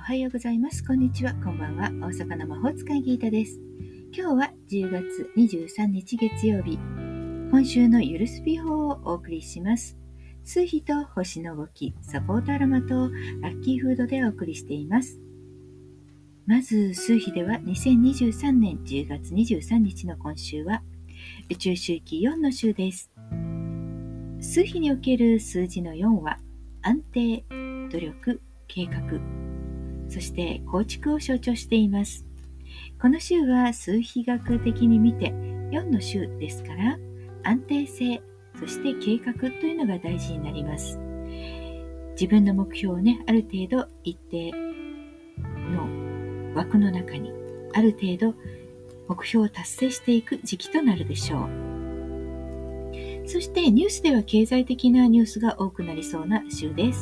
はようございます。こんにちは。こんばんは。大阪の魔法使いギータです。今日は10月23日月曜日。今週のゆるすび法をお送りします。数日と星の動き、サポートアロマとラッキーフードでお送りしています。まず数日では2023年10月23日の今週は宇宙周期4の週です。数日における数字の4は安定、努力、計画、そして構築を象徴しています。この週は数比学的に見て4の週ですから、安定性、そして計画というのが大事になります。自分の目標をある程度一定の枠の中に、ある程度目標を達成していく時期となるでしょう。そしてニュースでは経済的なニュースが多くなりそうな週です。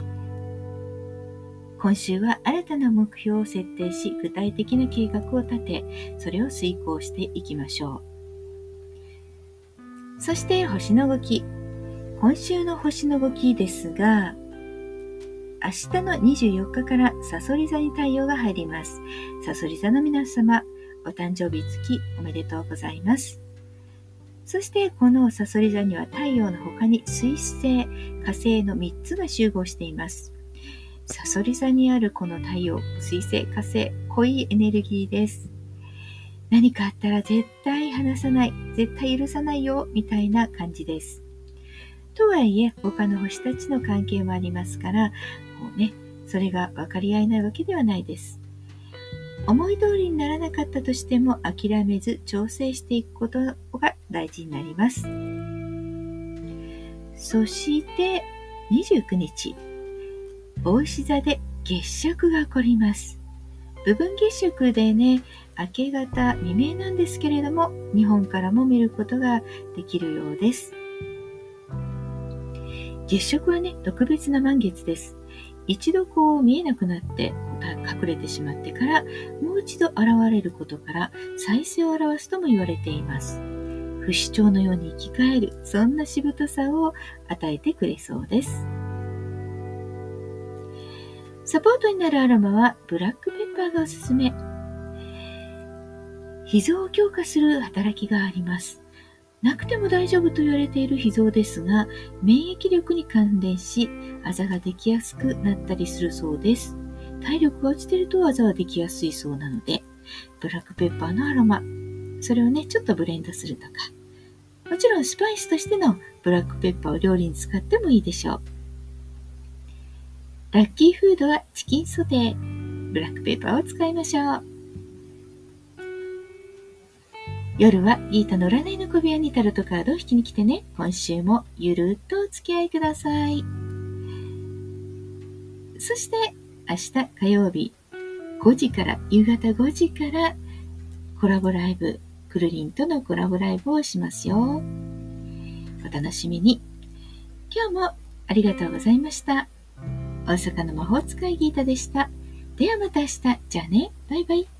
今週は新たな目標を設定し、具体的な計画を立て、それを遂行していきましょう。そして星の動き。今週の星の動きですが、明日の24日からさそり座に太陽が入ります。さそり座の皆様、お誕生日月おめでとうございます。そしてこのさそり座には太陽の他に水星、火星の3つが集合しています。さそり座にあるこの太陽、水星、火星、濃いエネルギーです。何かあったら絶対話さない、絶対許さないよ、みたいな感じです。とはいえ、他の星たちの関係もありますから、それが分かり合えないわけではないです。思い通りにならなかったとしても、諦めず調整していくことが大事になります。そして、29日。牡牛座で月食が起こります。部分月食で明け方未明なんですけれども、日本からも見ることができるようです。月食は特別な満月です。一度見えなくなって隠れてしまってから、もう一度現れることから再生を表すとも言われています。不死鳥のように生き返る、そんなしぶとさを与えてくれそうです。サポートになるアロマはブラックペッパーがおすすめ。脾臓を強化する働きがあります。なくても大丈夫と言われている脾臓ですが、免疫力に関連し、あざができやすくなったりするそうです。体力が落ちているとあざはできやすいそうなので、ブラックペッパーのアロマ、それをちょっとブレンドするとか、もちろんスパイスとしてのブラックペッパーを料理に使ってもいいでしょう。ラッキーフードはチキンソテー。ブラックペーパーを使いましょう。夜はギータの占いの小部屋にタロットカードを引きに来てね。今週もゆるっとお付き合いください。そして明日火曜日5時から夕方5時からコラボライブ、くるりんとのコラボライブをしますよ。お楽しみに。今日もありがとうございました。大阪の魔法使いギータでした。ではまた明日。じゃあね。バイバイ。